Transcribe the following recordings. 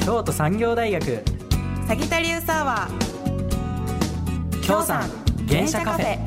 京都産業大学サギタリウスアワー京産原車カフェ。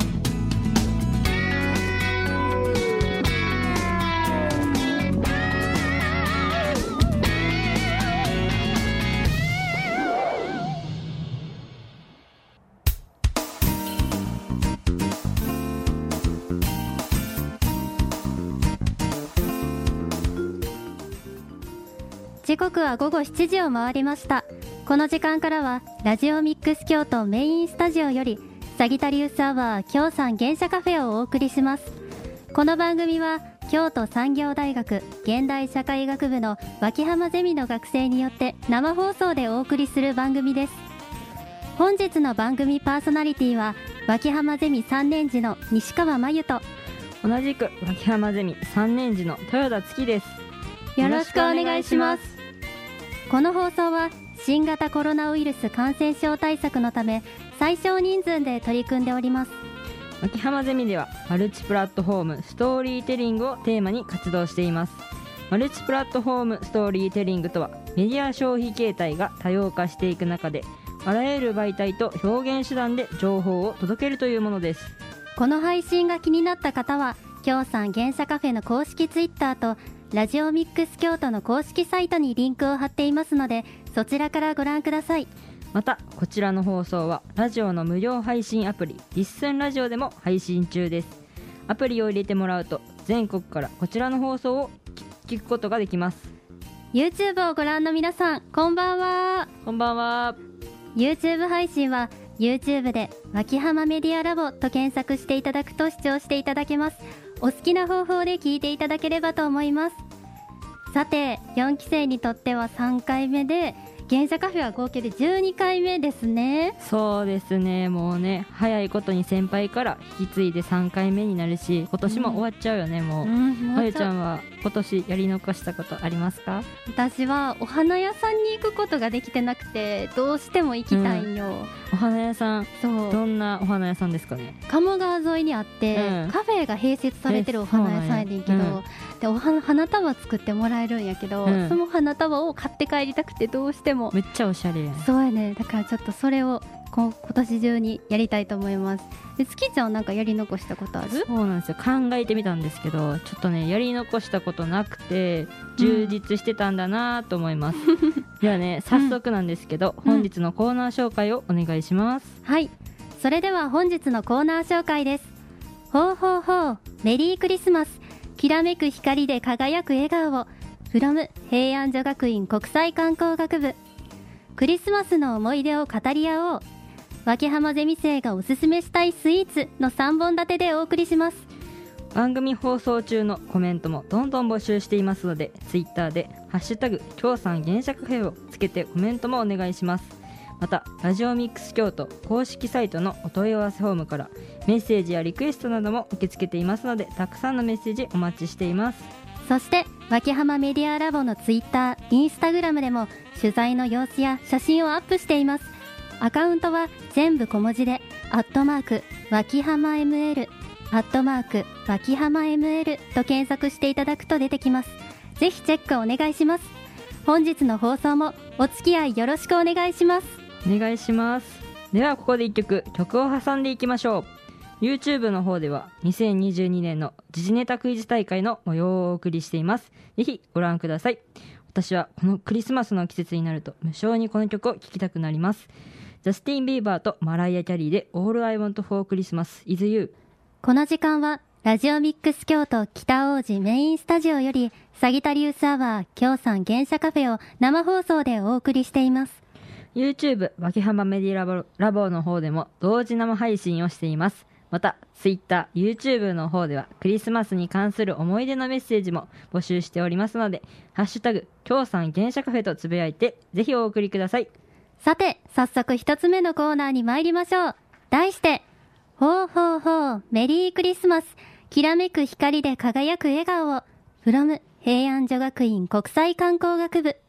時刻は午後7時を回りました。この時間からはラジオミックス京都メインスタジオよりサギタリウスアワー京産原車カフェをお送りします。この番組は京都産業大学現代社会学部の脇浜ゼミの学生によって生放送でお送りする番組です。本日の番組パーソナリティは脇浜ゼミ3年次の西川真由と同じく脇浜ゼミ3年次の豊田月です。 よろしくお願いします。この放送は新型コロナウイルス感染症対策のため最小人数で取り組んでおります。 脇浜ゼミではマルチプラットフォームストーリーテリングをテーマに活動しています。マルチプラットフォームストーリーテリングとはメディア消費形態が多様化していく中であらゆる媒体と表現手段で情報を届けるというものです。 この配信が気になった方は京産原車カフェの公式ツイッターとラジオミックス京都の公式サイトにリンクを貼っていますのでそちらからご覧ください。 またこちらの放送はラジオの無料配信アプリリッスンラジオでも配信中です。アプリを入れてもらうと全国からこちらの放送を聞くことができます。 YouTube をご覧の皆さんこんばんは。 こんばんは。 YouTube 配信は YouTube で脇浜メディアラボと検索していただくと視聴していただけます。お好きな方法で聞いていただければと思います。さて4期生にとっては3回目で原車カフェは合計で12回目ですね。 そうですね。もうね早いことに先輩から引き継いで3回目になるし今年も終わっちゃうよね。もうまゆちゃんは今年やり残したことありますか？ 私はお花屋さんに行くことができてなくてどうしても行きたいんよ。 お花屋さん。 そうどんなお花屋さんですかね？ 鴨川沿いにあって、カフェが併設されてるお花屋さんやねんけど、で花束作ってもらえるんやけど、その花束を買って帰りたくてどうしても。 めっちゃおしゃれやん。 そうやね。だからちょっとそれを今年中にやりたいと思います。で月ちゃんなんかやり残したことある？ そうなんですよ。考えてみたんですけどちょっとねやり残したことなくて充実してたんだなと思います、ではね早速なんですけど、本日のコーナー紹介をお願いします。 はい、それでは本日のコーナー紹介です。ほうほうほうメリークリスマス、きらめく光で輝く笑顔を from 平安女学院国際観光学部。クリスマスの思い出を語り合おう、脇浜ゼミ生がおすすめしたいスイーツの3本立てでお送りします。 番組放送中のコメントもどんどん募集していますのでツイッターでハッシュタグ京産原車カフェをつけてコメントもお願いします。またラジオミックス京都公式サイトのお問い合わせフォームからメッセージやリクエストなども受け付けていますのでたくさんのメッセージお待ちしています。 そして脇浜メディアラボのツイッター、インスタグラムでも取材の様子や写真をアップしています。アカウントは全部小文字で脇浜 ML 脇浜 ML と検索していただくと出てきます。ぜひチェックお願いします。本日の放送もお付き合いよろしくお願いします。 お願いします。ではここで1曲を挟んでいきましょう。 YouTube の方では2022年の時事ネタクイズ大会の模様をお送りしています。ぜひご覧ください。私はこのクリスマスの季節になると無性にこの曲を聴きたくなります。ジャスティン・ビーバーとマライア・キャリーで All I Want for Christmas is You。 この時間はラジオミックス京都北大路メインスタジオよりサギタリウスアワー京産原車カフェを生放送でお送りしています。 YouTube 脇浜メディアラボの方でも同時生配信をしています。また Twitter、YouTube の方ではクリスマスに関する思い出のメッセージも募集しておりますのでハッシュタグ京産原車カフェとつぶやいてぜひお送りください。 さて早速一つ目のコーナーに参りましょう。題してほうほうほうメリークリスマス、きらめく光で輝く笑顔を from 平安女学院国際観光学部。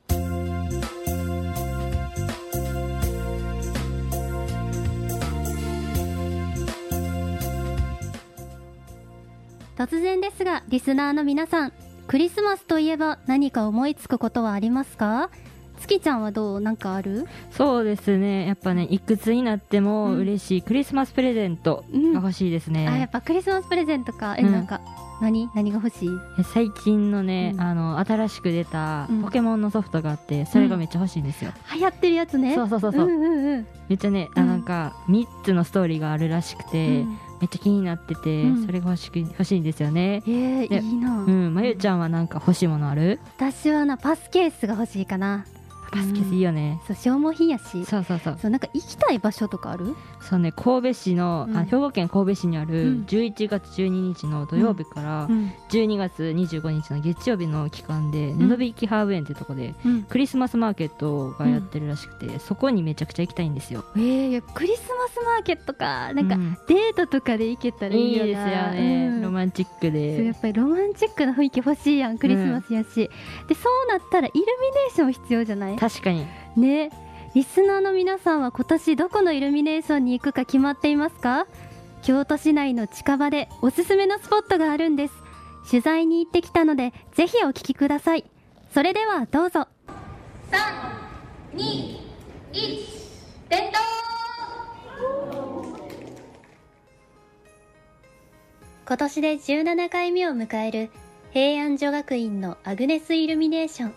突然ですがリスナーの皆さん、クリスマスといえば何か思いつくことはありますか？ 月ちゃんはどう？なんかある？ そうですね、やっぱねいくつになっても嬉しいクリスマスプレゼントが欲しいですね、 やっぱクリスマスプレゼントか。なんか何が欲しい？ 最近のね、新しく出たポケモンのソフトがあって、それがめっちゃ欲しいんですよ、 流行ってるやつね。 そう、めっちゃね、なんか3つのストーリーがあるらしくて、めっちゃ気になってて、それが欲しいんですよね。 いいな。 まゆちゃんはなんか欲しいものある？ 私はパスケースが欲しいかな。 パスケースいいよね。 そう、消耗品やし。そう、なんか行きたい場所とかある？ そうね、神戸市の、兵庫県神戸市にある11月12日の土曜日から12月25日の月曜日の期間で、布引きハーブ園っていうところでクリスマスマーケットがやってるらしくて、そこにめちゃくちゃ行きたいんですよ。 クリスマスマーケットか。なんかデートとかで行けたらいいよな。 いいですよね、ロマンチックで。 やっぱりロマンチックな雰囲気欲しいやん、クリスマスやし、でそうなったらイルミネーション必要じゃない？ 確かにね。リスナーの皆さんは今年どこのイルミネーションに行くか決まっていますか？京都市内の近場でおすすめのスポットがあるんです。取材に行ってきたのでぜひお聞きください。それではどうぞ。3、2、1、点灯。今年で17回目を迎える平安女学院のアグネスイルミネーション。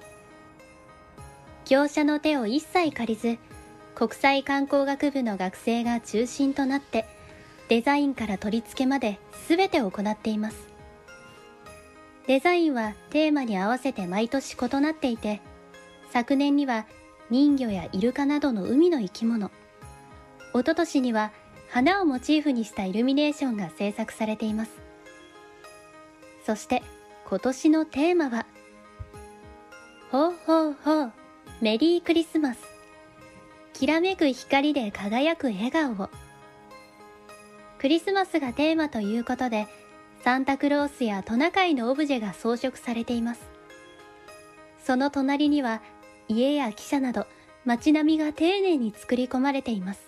業者の手を一切借りず、国際観光学部の学生が中心となってデザインから取り付けまで全て行っています。デザインはテーマに合わせて毎年異なっていて、昨年には人魚やイルカなどの海の生き物、一昨年には花をモチーフにしたイルミネーションが制作されています。そして今年のテーマは、ほうほうほうメリークリスマス、きらめく光で輝く笑顔を。クリスマスがテーマということで、サンタクロースやトナカイのオブジェが装飾されています。その隣には家や汽車など街並みが丁寧に作り込まれています。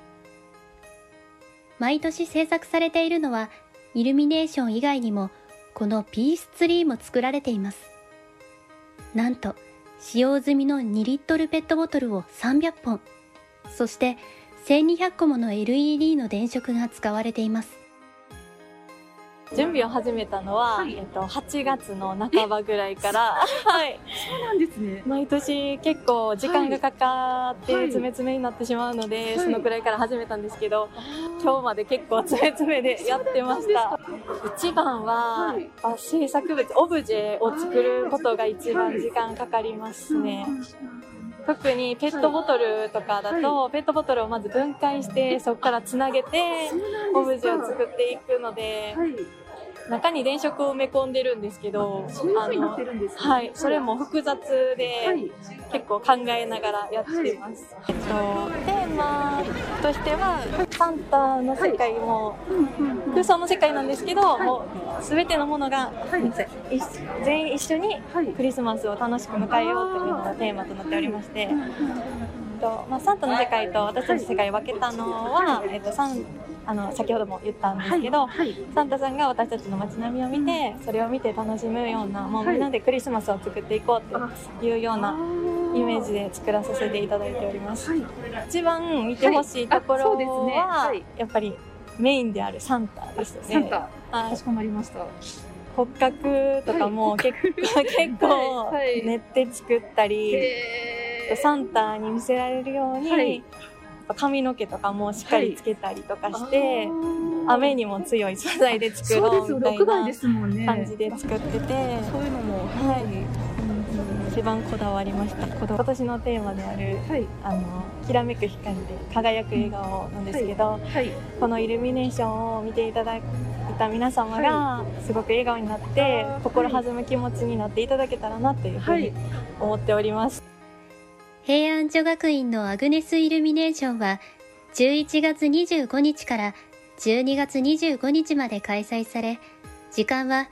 毎年制作されているのはイルミネーション以外にも、このピースツリーも作られています。なんと使用済みの2リットルペットボトルを300本、そして1200個もの LED の電飾が使われています。 準備を始めたのは、8月の半ばぐらいから、はい。 そうなんですね。 毎年結構時間がかかって詰め詰めになってしまうので、そのくらいから始めたんですけど、今日まで結構詰め詰めでやってました。一番は、制作物、オブジェを作ることが一番時間かかりますね。特にペットボトルとかだと、ペットボトルをまず分解してそこからつなげてオブジェを作っていくので、中に電飾を埋め込んでるんですけど、はい、それも複雑で結構考えながらやってます。テーマとしてはサンタの世界も空想の世界なんですけど、もう全てのものが全員一緒にクリスマスを楽しく迎えようというのがテーマとなっておりまして、サンタの世界と私たちの世界を分けたのは、先ほども言ったんですけど、サンタさんが私たちの街並みを見て、それを見て楽しむような、もうみんなでクリスマスを作っていこうというようなイメージで作らさせていただいております。一番見てほしいところは、やっぱりメインであるサンタですよね。 サンタ、かしこまりました。 骨格とかも結構練って作ったり、サンタに見せられるように、髪の毛とかもしっかりつけたりとかして、雨にも強い素材で作ろうみたいな感じで作ってて、 そういうのも、 一番こだわりました。今年のテーマである、きらめく光で輝く笑顔なんですけど、このイルミネーションを見ていただいた皆様がすごく笑顔になって、心弾む気持ちになっていただけたらなというふうに思っております。 平安女学院のアグネスイルミネーションは11月25日から12月25日まで開催され、時間は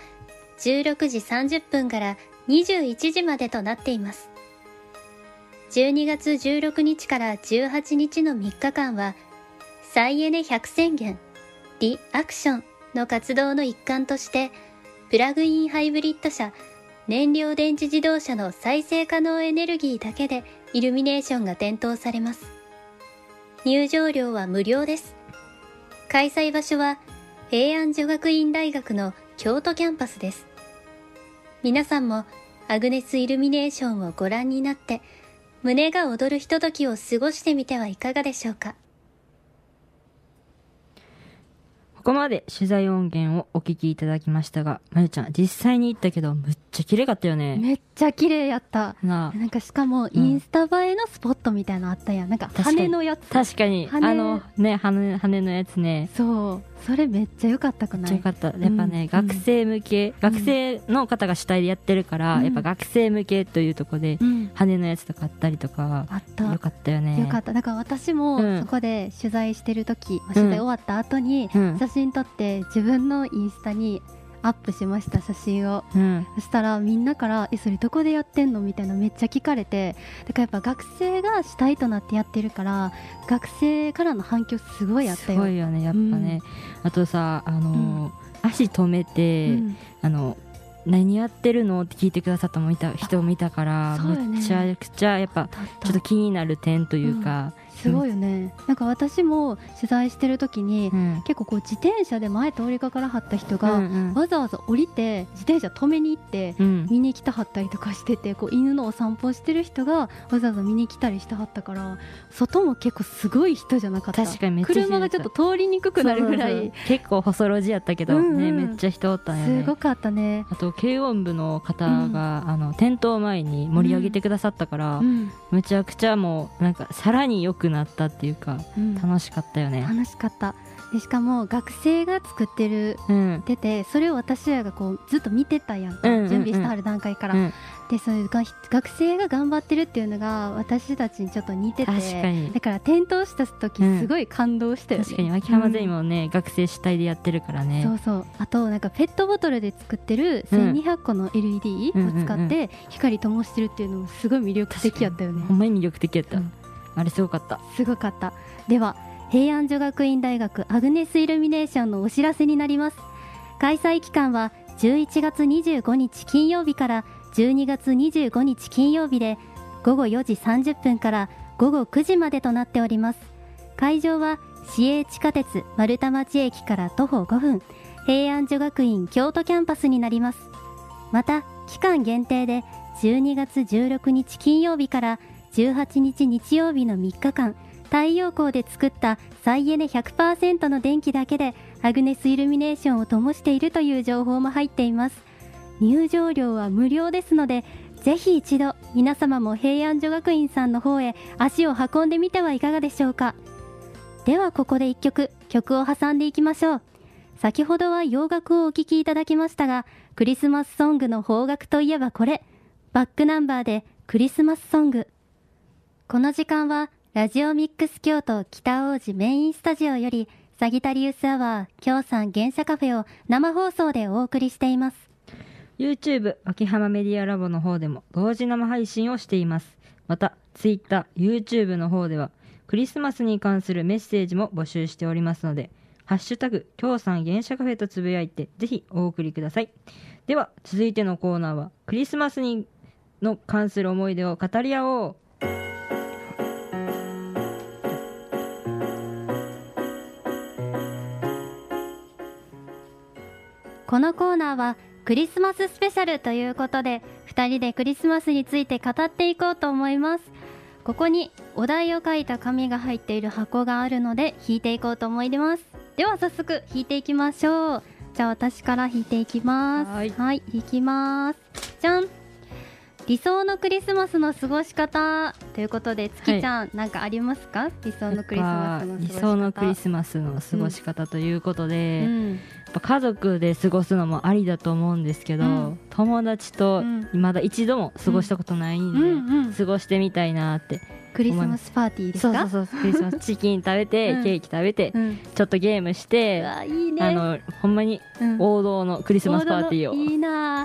16時30分から21時までとなっています。12月16日から18日の3日間は、再エネ100宣言、リアクションの活動の一環として、プラグインハイブリッド車燃料電池自動車の再生可能エネルギーだけでイルミネーションが点灯されます。入場料は無料です。開催場所は平安女学院大学の京都キャンパスです。皆さんもアグネスイルミネーションをご覧になって胸が躍るひとときを過ごしてみてはいかがでしょうか。 ここまで取材音源をお聞きいただきましたが、まゆちゃん実際に行ったけどむっちゃ綺麗かったよね。 めっちゃ綺麗やった。なんかしかもインスタ映えのスポットみたいなのあったやん。なんか羽のやつ。 確かに羽のやつね。 そう、それめっちゃ良かったくない？ めっちゃ良かった。やっぱね、学生向け、学生の方が主体でやってるから、やっぱ学生向けというところで、羽のやつとかあったりとかあった。 よかったよね。 よかった。だから私もそこで取材してる時、取材終わった後に写真撮って自分のインスタにアップしました、写真を。そしたらみんなからそれどこでやってんのみたいなめっちゃ聞かれて、だからやっぱ学生が主体となってやってるから学生からの反響すごいあったよ。 すごいよね、やっぱね。あとさ、足止めて、何やってるのって聞いてくださった人もいたから、めちゃくちゃやっぱちょっと気になる点というか、 すごいよね。なんか私も取材してる時に、結構こう自転車で前通りかからはった人が、わざわざ降りて自転車止めに行って、見に来たはったりとかしてて、こう犬のお散歩してる人がわざわざ見に来たりしてはったから、外も結構すごい人じゃなかった？ 確かにめっちゃ車がちょっと通りにくくなるぐらい。 結構細路地やったけど、ね、めっちゃ人おったんよね。 すごかったね。 あと軽音部の方が、点灯前に盛り上げてくださったから、めちゃくちゃもうなんかさらに良くなったっていうか、楽しかったよね。 楽しかった。でしかも学生が作ってる、出て、それを私らがこうずっと見てたやんか、準備してはる段階から、でそういう学生が頑張ってるっていうのが私たちにちょっと似てて、 確かにだから点灯した時すごい感動してる、ね。 確かに秋浜ゼミもね、学生主体でやってるからね。 そうそう。あとなんかペットボトルで作ってる1200個の LED を使って光灯してるっていうのもすごい魅力的やったよね。 ほんまに魅力的やった、あれすごかった。 すごかった。では平安女学院大学アグネスイルミネーションのお知らせになります。開催期間は11月25日金曜日から12月25日金曜日で、午後4時30分から午後9時までとなっております。会場は市営地下鉄丸太町駅から徒歩5分、平安女学院京都キャンパスになります。また期間限定で12月16日金曜日から18日日曜日の3日間、太陽光で作った再エネ 100% の電気だけでアグネスイルミネーションを灯しているという情報も入っています。入場料は無料ですので、ぜひ一度皆様も平安女学院さんの方へ足を運んでみてはいかがでしょうか。ではここで一曲を挟んでいきましょう。先ほどは洋楽をお聴きいただきましたが、クリスマスソングの邦楽といえばこれ、バックナンバーでクリスマスソング。この時間はラジオミックス京都北大路メインスタジオよりサギタリウスアワー京さん原車カフェを生放送でお送りしています。 YouTube 秋浜メディアラボの方でも同時生配信をしています。また Twitter、YouTube の方ではクリスマスに関するメッセージも募集しておりますので、ハッシュタグ京さん原車カフェとつぶやいてぜひお送りください。では続いてのコーナーはクリスマスにの関する思い出を語り合おう。 このコーナーはクリスマススペシャルということで、2人でクリスマスについて語っていこうと思います。ここにお題を書いた紙が入っている箱があるので引いていこうと思います。では早速引いていきましょう。じゃあ私から引いていきます。はい、引きます。じゃん。理想のクリスマスの過ごし方ということで、月ちゃん、なんかありますか？理想のクリスマスの過ごし方。 理想のクリスマスの過ごし方ということで、やっぱ家族で過ごすのもありだと思うんですけど、友達とまだ一度も過ごしたことないんで、過ごしてみたいなって。 クリスマスパーティーですか？ そうクリスマスチキン食べて、ケーキ食べて、ちょっとゲームして、 いいね。 ほんまに王道のクリスマスパーティーを。 いいな。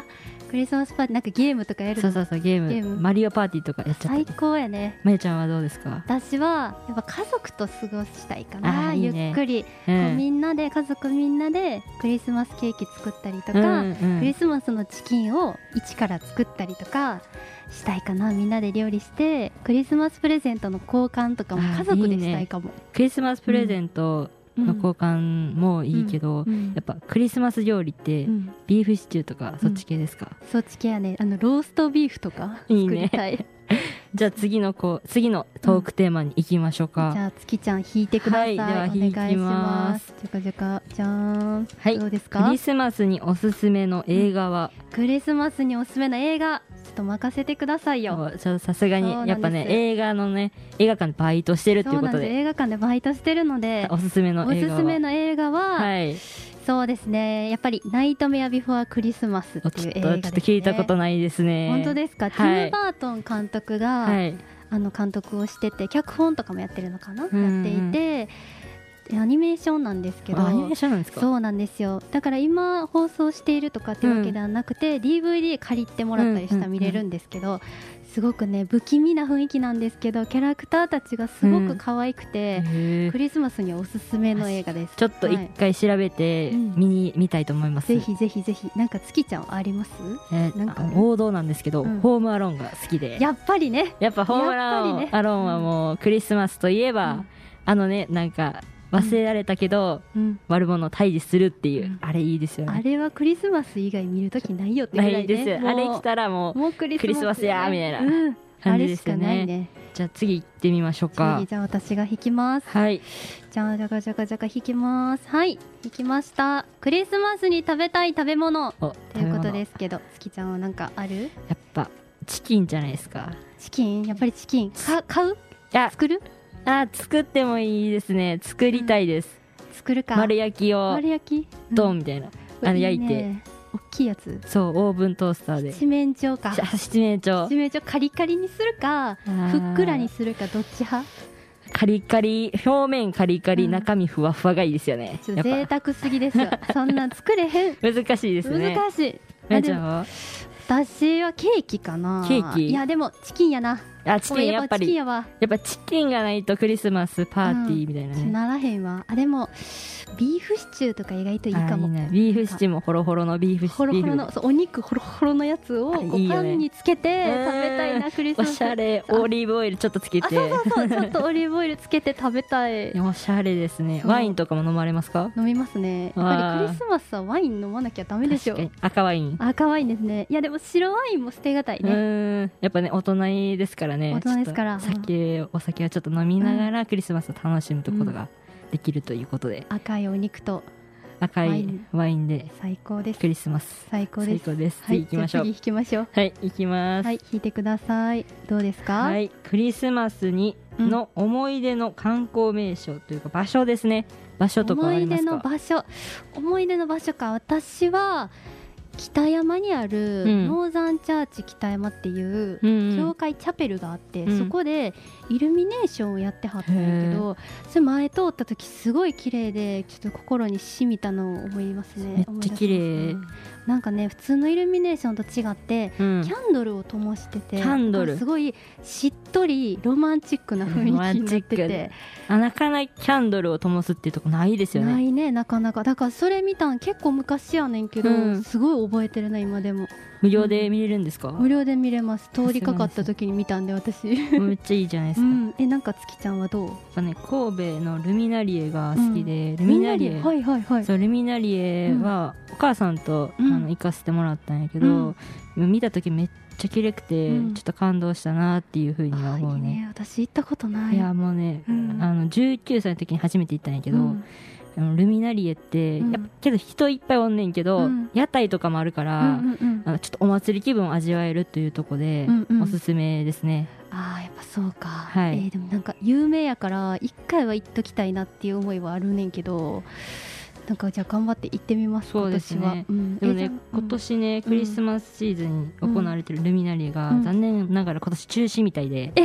クリスマスパーティーなんかゲームとかやるの。 そうゲームマリオパーティーとかやっちゃった最り。 高やね。 まゆちゃんはどうですか？ 私はやっぱ家族と過ごしたいかな。 いいねゆっくり、こうみんなで家族みんなでクリスマスケーキ作ったりとか、クリスマスのチキンを一から作ったりとかしたいかな。みんなで料理してクリスマスプレゼントの交換とかも家族でしたいかも。 クリスマスプレゼントの交換もいいけど、やっぱクリスマス料理ってビーフシチューとかそっち系ですか？ そっち系やね。ローストビーフとか作りたい。 じゃあ次のトークテーマに行きましょうか。 じゃあ月ちゃん弾いてください。 では弾きます。 じゃかじゃかじゃーん。 はい、 どうですか？ クリスマスにおすすめの映画は？ クリスマスにおすすめの映画ちょっと任せてくださいよ。 ちょっとさすがにやっぱね、映画館でバイトしてるっていうことで、 映画館でバイトしてるのでおすすめの映画は、 はい、そうですね、やっぱりナイトメアビフォークリスマスっていう映画ですね。 ちょっと聞いたことないですね。 本当ですか？ティム・バートン監督が、監督をしてて脚本とかもやってるのかな、やっていて、アニメーションなんですけど。 アニメーションなんですか？ そうなんですよ。だから今放送しているとかってわけではなくて、DVD 借りてもらったりしたら見れるんですけど、すごくね不気味な雰囲気なんですけどキャラクターたちがすごく可愛くて、クリスマスにおすすめの映画です。 ちょっと一回調べて見たいと思います。 ぜひぜひぜひ。なんか月ちゃんあります？ なんか王道なんですけど、ホームアローンが好きで。 やっぱりね。 やっぱホームアローンはもうクリスマスといえば、なんか忘れられたけど、悪者を退治するっていう、あれいいですよね。 あれはクリスマス以外見るときないよってぐらいね。 ないですよ。あれ来たらもうクリスマスやみたいな感じですよね。じゃあ次行ってみましょうか。 次じゃあ私が弾きます。 はい。 じゃあじゃかじゃかじゃか弾きます。はい、弾きました。クリスマスに食べたい食べ物ということですけど、月ちゃんは何かある？ やっぱチキンじゃないですか。 チキン？やっぱりチキン買う？作る？ 作ってもいいですね。作りたいです。 作るか。 丸焼きをドンみたいな焼いて、 大きいやつ。 そうオーブントースターで。 七面鳥か。 七面鳥カリカリにするかふっくらにするか、どっち派？ カリカリ、表面カリカリ、中身ふわふわがいいですよね。 ちょっと贅沢すぎですよ。そんな作れへん。 難しいですね。 難しい。 じゃあ私はケーキかな。 ケーキ？ いやでもチキンやな。 チキンやっぱりやっぱチキンがないとクリスマスパーティーみたいなね。 ならへんわ。でもビーフシチューとか意外といいかも。 ビーフシチューもホロホロのビーフシチュー。 ホロホロのお肉ホロホロのやつをパンにつけて食べたいな、クリスマス。 おしゃれ。オリーブオイルちょっとつけて。 そうちょっとオリーブオイルつけて食べたい。 おしゃれですね。ワインとかも飲まれますか？ 飲みますね。やっぱりクリスマスはワイン飲まなきゃダメでしょ。 赤ワイン。 赤ワインですね。いやでも白ワインも捨てがたいね。 やっぱね大人ですからね。 大人ですから。 お酒はちょっと飲みながらクリスマスを楽しむということができるということで、 赤いお肉と赤いワインで最高です。 クリスマス最高です。 次行きましょう。 次弾きましょう。 はい、行きます。 はい、弾いてください。どうですか？ はい、クリスマスにの思い出の観光名所というか場所ですね。場所とかありますか？ 思い出の場所か。私は北山にあるノーザンチャーチ北山っていう教会チャペルがあって、そこでイルミネーションをやってはったんやけど、それ前通った時すごい綺麗でちょっと心に染みたのを思いますね。 めっちゃ綺麗。 なんかね普通のイルミネーションと違って、キャンドルを灯してて、すごいしっとりロマンチックな雰囲気になってて、 なかなかキャンドルを灯すっていうとこないですよね。 ないね、なかなか。だからそれ見たん結構昔やねんけど、すごい覚えてるな今でも。 無料で見れるんですか？ 無料で見れます。通りかかった時に見たんで私。 めっちゃいいじゃないですか。 なんか月ちゃんはどう？やっぱね神戸のルミナリエが好きで、ルミナリエ、そうルミナリエはお母さんと行かせてもらったんやけど、見た時めっちゃ綺麗くて、ちょっと感動したなっていうふうには思うね。 私行ったことない。 いやもうね、19歳の時に初めて行ったんやけど、ルミナリエってやっぱけど人いっぱいおんねんけど、屋台とかもあるから、ちょっとお祭り気分を味わえるというところで、おすすめですね。 やっぱそうか。 はい。 でもなんか有名やから一回は行っときたいなっていう思いはあるねんけど、なんかじゃあ頑張って行ってみます。 そうですね。でもね今年ねクリスマスシーズンに行われてるルミナリエが残念ながら今年中止みたいで。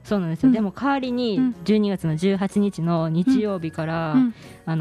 そうなんですよ、 うんでも代わりにうん 12月の18日の日曜日から、 うん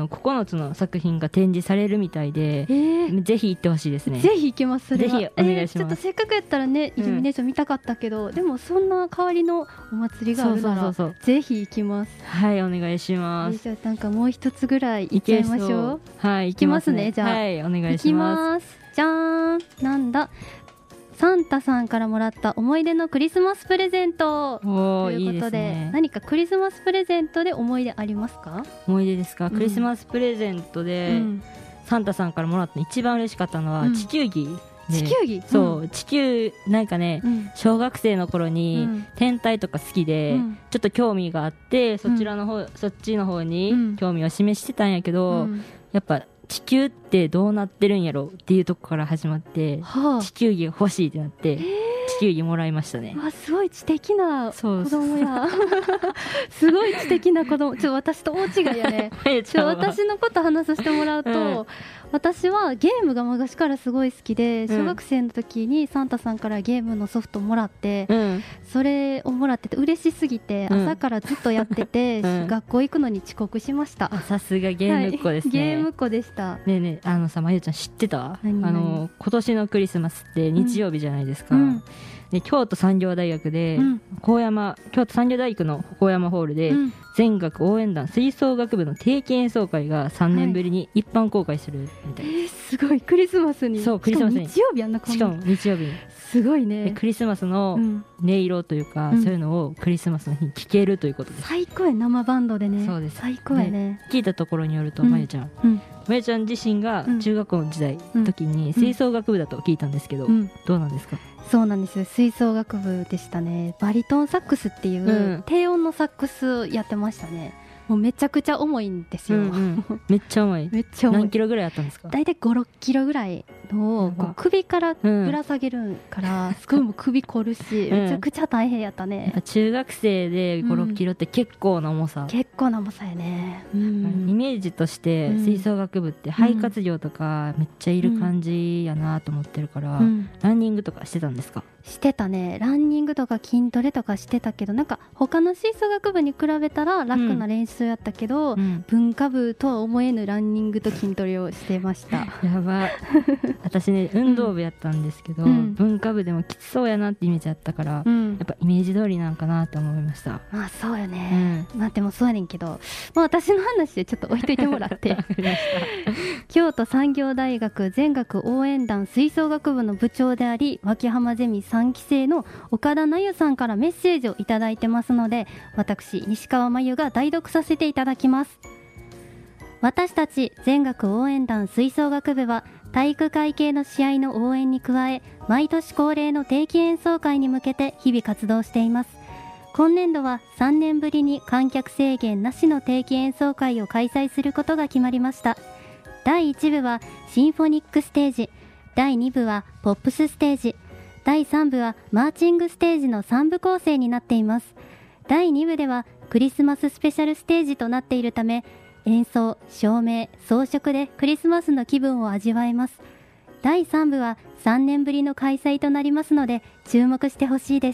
9つの作品が展示されるみたいで、ぜひ行ってほしいですね。 ぜひ行けます。それはぜひお願いしますちょっとせっかくやったらねイルミネーション見たかったけど、でもそんな代わりのお祭りがあるならそうぜひ行きます。 はいお願いします。 じゃあなんかもう一つぐらい行っちゃいましょう。 はい行きますね。じゃあはいお願い行きします。 ます。じゃーん、なんだ、サンタさんからもらった思い出のクリスマスプレゼントおとーいいですいうことで、 ね。 何かクリスマスプレゼントで思い出ありますか？ 思い出ですか、 うんクリスマスプレゼントで、 うんサンタさんからもらったの一番嬉しかったのは、 うん地球儀で、 地球儀、 そう、地球なんかね、 うん小学生の頃にうん天体とか好きで、 うんちょっと興味があってそっちの方うにん興味を示してたんやけど、 うんやっぱ地球ってどうなってるんやろっていうとこから始まってはあ、 地球儀が欲しいってなって、地球儀もらいましたね。 わすごい知的なそう子供やすごい知的な子供。私と大違いやね。 まゆちゃんは私のこと話させてもらうと、 うん私はゲームが昔からすごい好きで、 うん小学生の時にサンタさんからゲームのソフトもらって、 うんそれをもらってて嬉しすぎて、 うん朝からずっとやってて、 うん学校行くのに遅刻しました。 さすがゲームっ子ですね、 はい、ゲームっ子でした。 ねえねえさまゆちゃん知ってた？ 何今年のクリスマスって日曜日じゃないですか、 うんで京都産業大学で、 うん京都産業大学の高山ホールで、 うん全学応援団吹奏楽部の定期演奏会が3年ぶりに一般公開するみたいな、 すごいクリスマスに。 そうクリスマスにしかも日曜日やんな。 しかも日曜日にすごいでね。 クリスマスのうん音色というか、 うんそういうのをクリスマスの日に聴けるということです。 最高や、生バンドでね。 そうです最高やね。 聞いたところによると、 うんまゆちゃんうんまゆちゃん自身がうん中学校の時代うんの時に吹奏楽部だと聞いたんですけど、 うんどうなんですか？ そうなんですよ。吹奏楽部でしたね。バリトンサックスっていう、 うん低音のサックスやってましたね。もうめちゃくちゃ重いんですよ。 うんうんめっちゃ重い。 めっちゃ重い。 何キロぐらいあったんですか？ 大体5、6キロぐらいのをこう首からぶら下げるから、すごいもう首凝るし、 うんめちゃくちゃ大変やったやっね。 ぱ中学生で5、 うん 6キロって結構な重さ、 結構な重さやね。うイん。 メージとしてうん吹奏楽部って肺活量とかめっちゃいる感じやなと思ってるから、 うんランニングとかしてたんですか？ してたね。ランニングとか筋トレとかしてたけど、なんか他の吹奏楽部に比べたら楽な練習やったけど、 うん文化部とは思えぬランニングと筋トレをしてました。 やば私ね運動部やったんですけど、 うん文化部でもきつそうやなってイメージあったから、 うんやっぱイメージ通りなんかなと思いました。 まあそうよね。まあでもそうやねんけど、まあ私の話でちょっと置いといてもらって。京都産業大学全学応援団吹奏楽部の部長であり、脇浜ゼミ3期生の岡田真由さんからメッセージをいただいてますので、私西川真由が代読させていただきます。私たち全学応援団吹奏楽部は体育会系の試合の応援に加え、毎年恒例の定期演奏会に向けて日々活動しています。今年度は3年ぶりに観客制限なしの定期演奏会を開催することが決まりました。第1部はシンフォニックステージ、第2部はポップスステージ、第3部はマーチングステージの3部構成になっています。第2部ではクリスマススペシャルステージとなっているため、演奏、照明、装飾でクリスマスの気分を味わえます。第3部は3年ぶりの開催となりますので注目してほしいです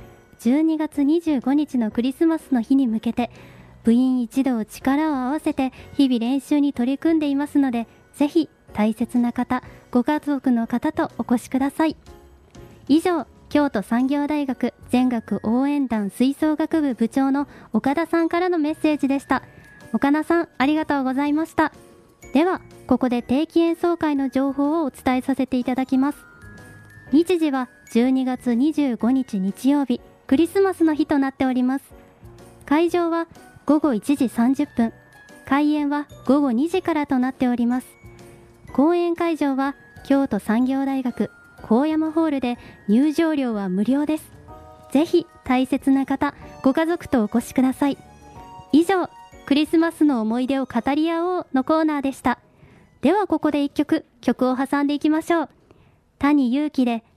。12月25日のクリスマスの日に向けて部員一同力を合わせて日々練習に取り組んでいますので、ぜひ大切な方、ご家族の方とお越しください。以上、京都産業大学全学応援団吹奏楽部部長の岡田さんからのメッセージでした。岡田さん、ありがとうございました。ではここで定期演奏会の情報をお伝えさせていただきます。日時は12月25日日曜日、クリスマスの日となっております。会場は午後1時30分、開演は午後2時からとなっております。公演会場は京都産業大学高山ホールで入場料は無料です。ぜひ大切な方、ご家族とお越しください。以上、クリスマスの思い出を語り合おうのコーナーでした。ではここで一曲を挟んでいきましょう。谷祐希で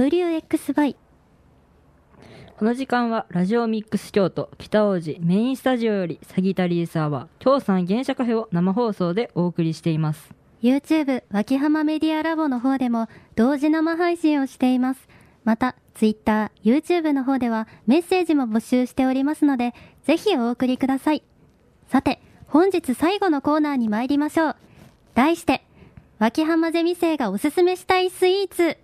WXY。 この時間はラジオミックス京都北王子メインスタジオよりサギタリースアワー京産原車カフェを生放送でお送りしています。 YouTube 脇浜メディアラボの方でも同時生配信をしています。また Twitter、YouTube の方ではメッセージも募集しておりますので、ぜひお送りください。さて、本日最後のコーナーに参りましょう。題して、脇浜ゼミ生がおすすめしたいスイーツ。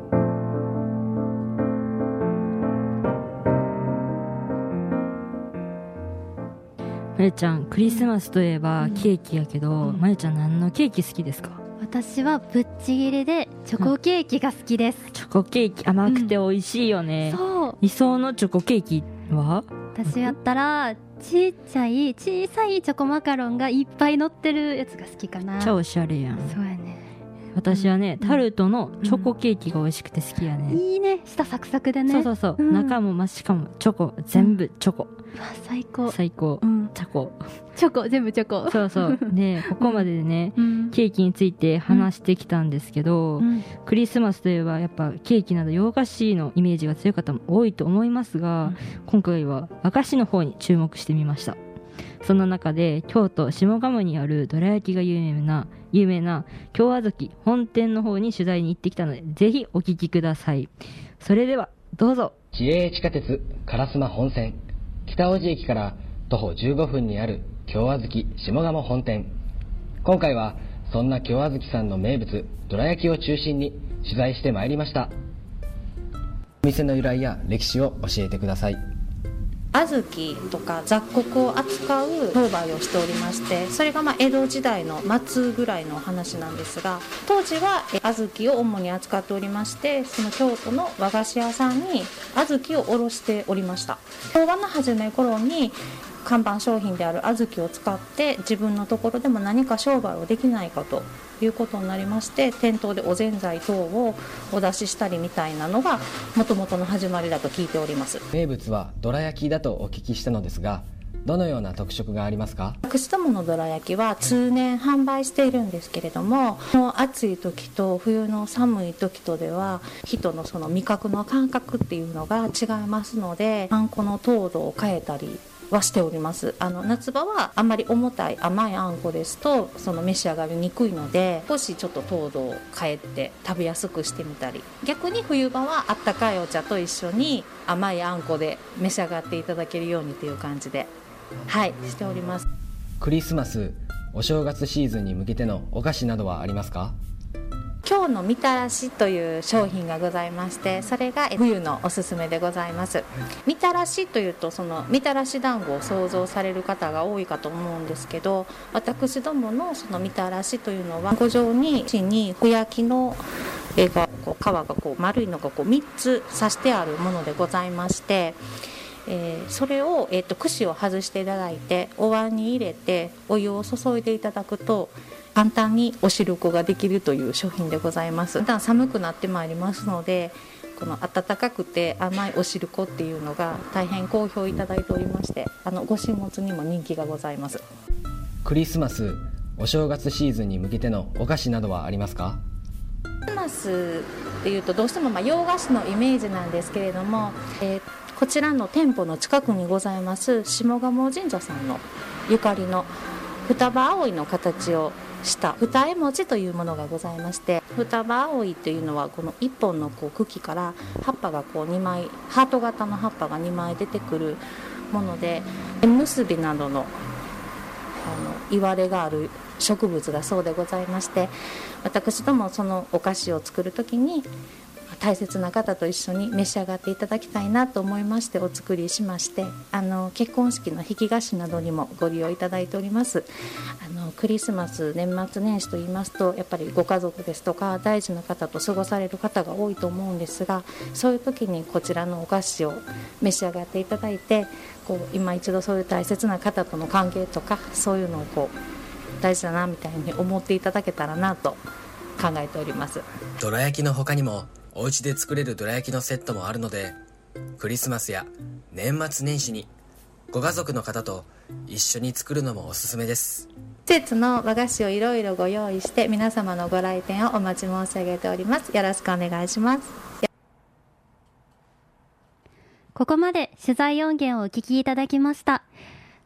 まゆちゃん、クリスマスといえばケーキやけど、まゆちゃん何のケーキ好きですか？ 私はぶっちぎりでチョコケーキが好きです。 チョコケーキ甘くて美味しいよね。 そう。 理想のチョコケーキは？ 私やったら小さいチョコマカロンがいっぱい乗ってるやつが好きかな。 超おしゃれやん。 そうやね。 私はね、タルトのチョコケーキが美味しくて好きやね。 いいね、下サクサクでね。 そう、中もしかもチョコ、全部チョコ。 うわ、最高。 最高。チョコ。 全部チョコ。 そうで、ここまででね、ケーキについて話してきたんですけど、クリスマスといえばやっぱケーキなど洋菓子のイメージが強い方も多いと思いますが、今回は和菓子の方に注目してみました。その中で京都下鴨にあるどら焼きが有名な京あずき本店の方に取材に行ってきたので、ぜひお聞きください。それではどうぞ。 市営地下鉄烏丸本線北大路駅から徒歩15分にある京あずき下鴨本店。今回はそんな京あずきさんの名物どら焼きを中心に取材してまいりました。お店の由来や歴史を教えてください。 小豆とか雑穀を扱う商売をしておりまして、それが江戸時代の末ぐらいの話なんですが、当時は小豆を主に扱っておりまして、その京都の和菓子屋さんに小豆を卸しておりました。昭和の初め頃に看板商品である小豆を使って自分のところでも何か商売をできないかということになりまして、店頭でおぜんざい等をお出ししたりみたいなのが元々の始まりだと聞いております。 名物はどら焼きだとお聞きしたのですが、どのような特色がありますか？ 私どものどら焼きは通年販売しているんですけれども、暑い時と冬の寒い時とでは人のその味覚の感覚っていうのが違いますので、あんこの糖度を変えたりはしております。夏場はあんまり重たい甘いあんこですと召し上がりにくいので、少しちょっと糖度を変えて食べやすくしてみたり、逆に冬場はあったかいお茶と一緒に甘いあんこで召し上がっていただけるようにという感じでしております。 クリスマスお正月シーズンに向けてのお菓子などはありますか？ 今日のみたらしという商品がございまして、それが冬のおすすめでございます。みたらしというとそのみたらし団子を想像される方が多いかと思うんですけど、私どものそのみたらしというのは、五条にふやきの皮が丸いのが3つ刺してあるものでございまして、それを、串を外していただいてお椀に入れてお湯を注いでいただくと簡単にお汁粉ができるという商品でございます。だんだん寒くなってまいりますので、この温かくて甘いお汁粉っていうのが大変好評いただいておりまして、ご神物にも人気がございます。 クリスマスお正月シーズンに向けてのお菓子などはありますか？ クリスマスっていうとどうしても洋菓子のイメージなんですけれども、こちらの店舗の近くにございます下鴨神社さんのゆかりの双葉葵の形をした二重餅というものがございまして、双葉葵というのはこの1本の茎から葉っぱが2枚、ハート型の葉っぱが2枚出てくるもので、縁結びなどの言われがある植物だそうでございまして、私どもそのお菓子を作るときに大切な方と一緒に召し上がっていただきたいなと思いましてお作りしまして、結婚式の引き菓子などにもご利用いただいております。クリスマス年末年始といいますと、やっぱりご家族ですとか大事な方と過ごされる方が多いと思うんですが、そういう時にこちらのお菓子を召し上がっていただいて、今一度そういう大切な方との関係とかそういうのを大事だなみたいに思っていただけたらなと考えております。 どら焼きの他にもお家で作れるどら焼きのセットもあるので、クリスマスや年末年始にご家族の方と一緒に作るのもおすすめです。 季節の和菓子をいろいろご用意して皆様のご来店をお待ち申し上げております。よろしくお願いします。 ここまで取材音源をお聞きいただきました。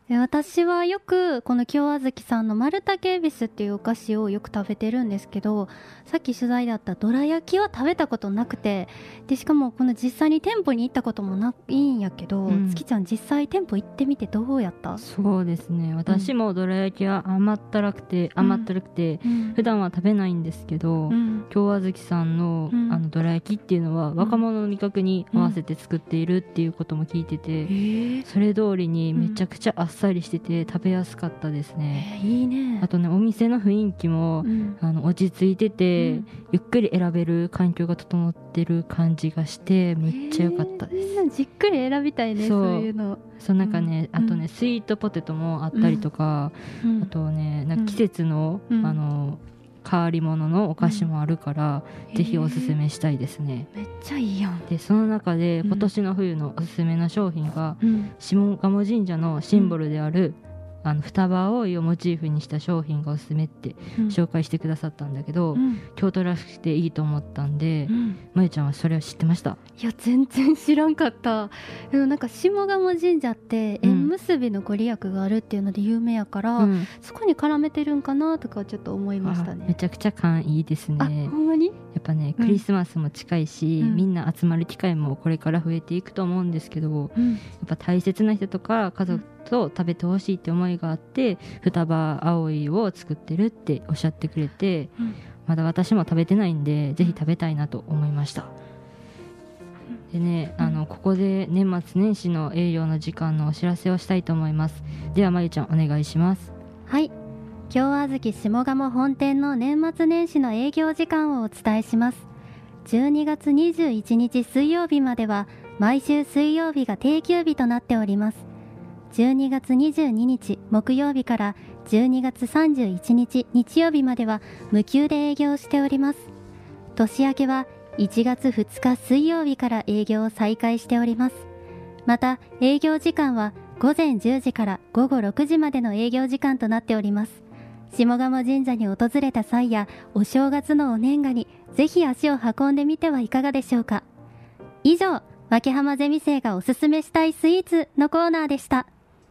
私はよくこの京あずきさんの丸竹恵比寿っていうお菓子をよく食べてるんですけど、さっき取材であったどら焼きは食べたことなくて、でしかもこの実際に店舗に行ったこともないんやけど、月ちゃん実際店舗行ってみてどうやった？ そうですね、私もどら焼きは甘ったるくて、普段は食べないんですけど、京あずきさんの、どら焼きっていうのは若者の味覚に合わせて作っているっていうことも聞いてて、それ通りにめちゃくちゃあっさりしてて食べやすかったですね。 いいね。 あとね、お店の雰囲気も、落ち着いてて、ゆっくり選べる環境が整ってる感じがしてめっちゃ良かったです。 じっくり選びたいね、そういうの。 そうなんかね、あとね、スイートポテトもあったりとか、あとね、なんか季節の、変わり物のお菓子もあるから、ぜひおすすめしたいですね。 めっちゃいいやん。 でその中で今年の冬のおすすめの商品が、下鴨神社のシンボルである、双葉葵をモチーフにした商品がおすすめって紹介してくださったんだけど、京都らしくていいと思ったんで、まゆちゃんはそれは知ってました？ いや全然知らんかった。でもなんか下鴨神社って縁結びのご利益があるっていうので有名やから、そこに絡めてるんかなとかちょっと思いましたね。 めちゃくちゃ感いいですね。 あ、ほんまに？ やっぱね、クリスマスも近いし、みんな集まる機会もこれから増えていくと思うんですけど、やっぱ大切な人とか家族と食べてほしいって思いがあって双葉葵を作ってるっておっしゃってくれて、まだ私も食べてないんでぜひ食べたいなと思いました。でね、ここで年末年始の営業の時間のお知らせをしたいと思います。ではまゆちゃんお願いします。 はい、京あずき下鴨本店の年末年始の営業時間をお伝えします。12月21日水曜日までは毎週水曜日が定休日となっております。12月22日木曜日から12月31日日曜日までは無休で営業しております。年明けは1月2日水曜日から営業を再開しております。また営業時間は午前10時から午後6時までの営業時間となっております。下鴨神社に訪れた際やお正月のお年賀にぜひ足を運んでみてはいかがでしょうか。以上、脇浜ゼミ生がおすすめしたいスイーツのコーナーでした。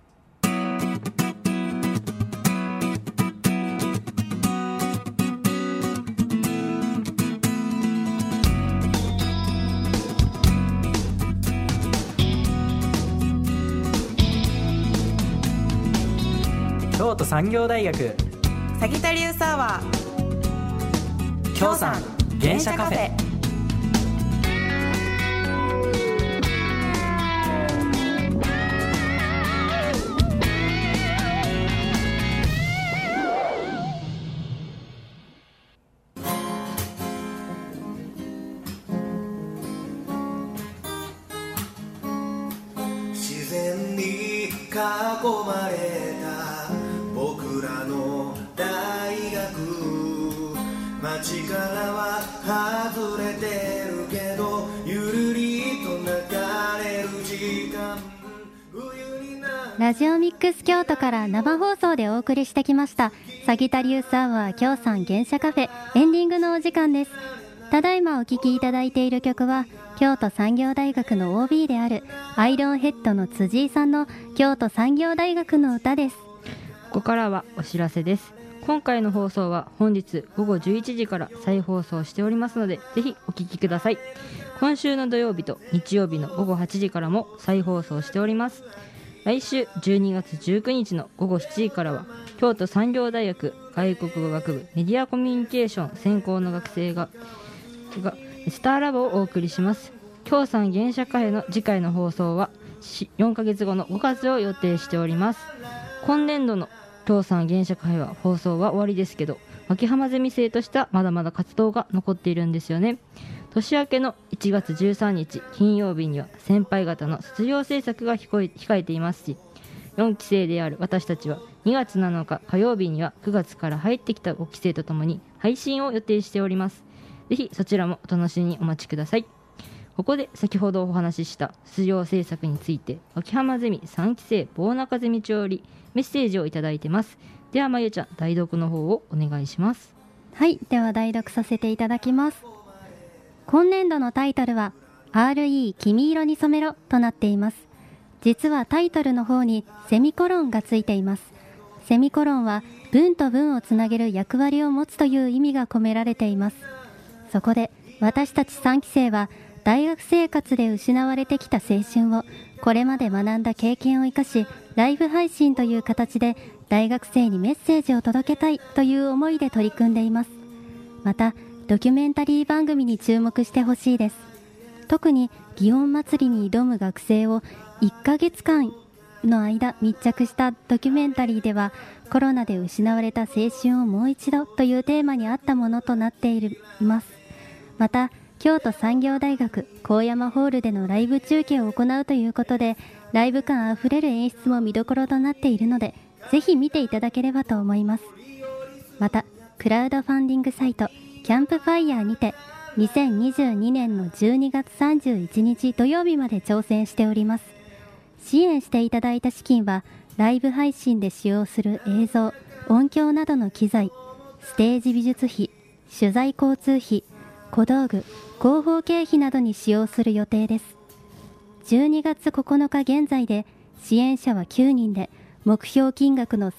京都産業大学サギタリウスアワー京産原車カフェ。 自然に囲まれた僕らの大学、街からは外れてるけどゆるりと流れる時間、 ラジオミックス京都から生放送でお送りしてきましたサギタリウスアワー京産原車カフェ、エンディングのお時間です。ただいまお聴きいただいている曲は京都産業大学の OB であるアイロンヘッドの辻井さんの京都産業大学の歌です。 ここからはお知らせです。今回の放送は本日午後11時から再放送しておりますのでぜひお聞きください。今週の土曜日と日曜日の午後8時からも再放送しております。来週12月19日の午後7時からは京都産業大学外国語学部メディアコミュニケーション専攻の学生がスターラボをお送りします。京産原車カフェの次回の放送は4ヶ月後の5月を予定しております。今年度の京産原車カフェは放送は終わりですけど、脇浜ゼミ生としてはまだまだ活動が残っているんですよね。年明けの1月13日金曜日には先輩方の卒業制作が控えていますし、4期生である私たちは2月7日火曜日には9月から入ってきた5期生とともに配信を予定しております。ぜひそちらもお楽しみにお待ちください。ここで先ほどお話しした卒業制作について脇浜ゼミ3期生棒中ゼミ長よりメッセージをいただいてます。ではまゆちゃん、代読の方をお願いします。 はい、では代読させていただきます。今年度のタイトルは RE 君色に染めろとなっています。 実はタイトルの方にセミコロンがついています。セミコロンは文と文をつなげる役割を持つという意味が込められています。そこで私たち3期生は大学生活で失われてきた青春をこれまで学んだ経験を生かし、ライブ配信という形で大学生にメッセージを届けたいという思いで取り組んでいます。またドキュメンタリー番組に注目してほしいです。特に祇園祭に挑む学生を1ヶ月間の間密着したドキュメンタリーでは、コロナで失われた青春をもう一度というテーマに合ったものとなっています。また京都産業大学高山ホールでのライブ中継を行うということで、ライブ感あふれる演出も見どころとなっているので、ぜひ見ていただければと思います。またクラウドファンディングサイトキャンプファイヤーにて2022年の12月31日土曜日まで挑戦しております。支援していただいた資金はライブ配信で使用する映像、音響などの機材、ステージ美術費、取材交通費、小道具、広報経費などに使用する予定です。12月9日現在で支援者は9人で目標金額の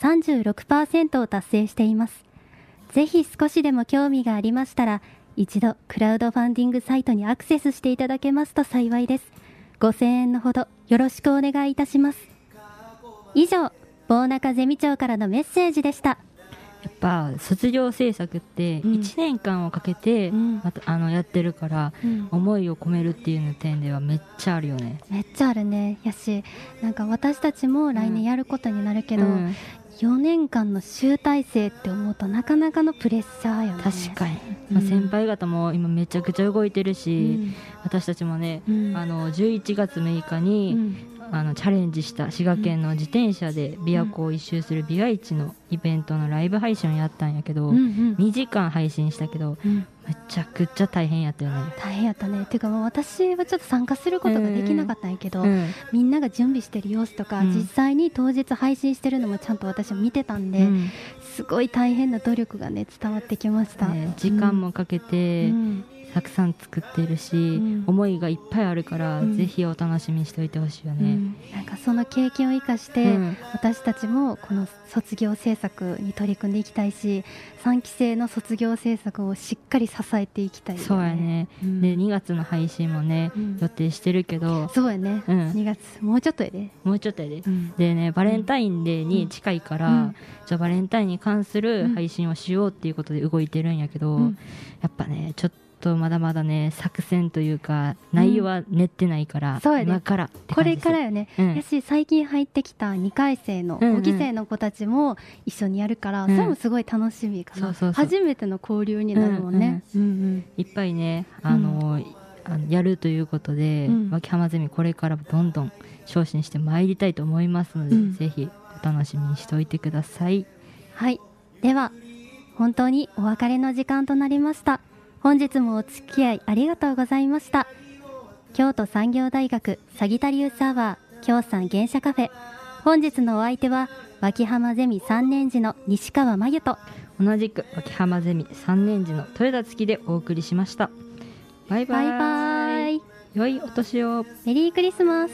36% を達成しています。ぜひ少しでも興味がありましたら一度クラウドファンディングサイトにアクセスしていただけますと幸いです。5000円のほどよろしくお願いいたします。以上、棒中ゼミ長からのメッセージでした。 やっぱ卒業制作って1年間をかけて、やってるから、思いを込めるっていう点ではめっちゃあるよね。 めっちゃあるね。やし、なんか私たちも来年やることになるけど、4年間の集大成って思うとなかなかのプレッシャーよね。 確かに、先輩方も今めちゃくちゃ動いてるし、私たちもね、11月6日に、チャレンジした滋賀県の自転車で琵琶湖を一周する琵琶市のイベントのライブ配信をやったんやけど、2時間配信したけど、めちゃくちゃ大変やったよね。 大変やったね。っていうかもう私はちょっと参加することができなかったんやけど、みんなが準備してる様子とか、実際に当日配信してるのもちゃんと私は見てたんで、すごい大変な努力がね伝わってきました。 時間もかけて、たくさん作ってるし、思いがいっぱいあるから、ぜひお楽しみにしておいてほしいよね。 なんかその経験を生かして、私たちもこの卒業制作に取り組んでいきたいし、3期生の卒業制作をしっかり支えていきたいよね。 そうやね、で2月の配信もね、予定してるけど。 そうやね、2月もうちょっとやで。 もうちょっとやで、でね、バレンタインデーに近いから、じゃあバレンタインに関する配信をしようっていうことで動いてるんやけど、やっぱねちょっとまだまだね作戦というか内容は練ってないから、 そうやね、 今からこれからよね、やし最近入ってきた2回生の5期生の子たちも一緒にやるから、それもすごい楽しみかな。初めての交流になるもんね。 いっぱいねやるということで、脇浜ゼミこれからどんどん昇進してまいりたいと思いますので、ぜひお楽しみにしておいてください。 はい、では本当にお別れの時間となりました。本日もお付き合いありがとうございました。京都産業大学サギタリウスアワー京さん原社カフェ、本日のお相手は脇浜ゼミ3年次の西川真由と、 同じく脇浜ゼミ3年次の豊田月でお送りしました。バイバイ。 バイバイ。 良いお年を。 メリークリスマス。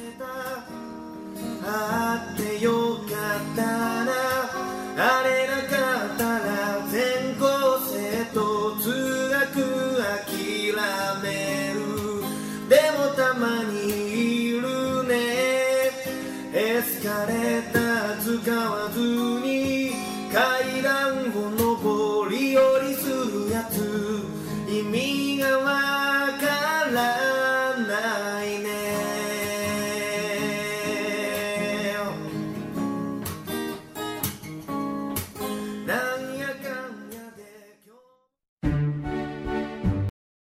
あってよかったな、あれなかったら全校生と通学諦める。でもたまにいるね、エスカレー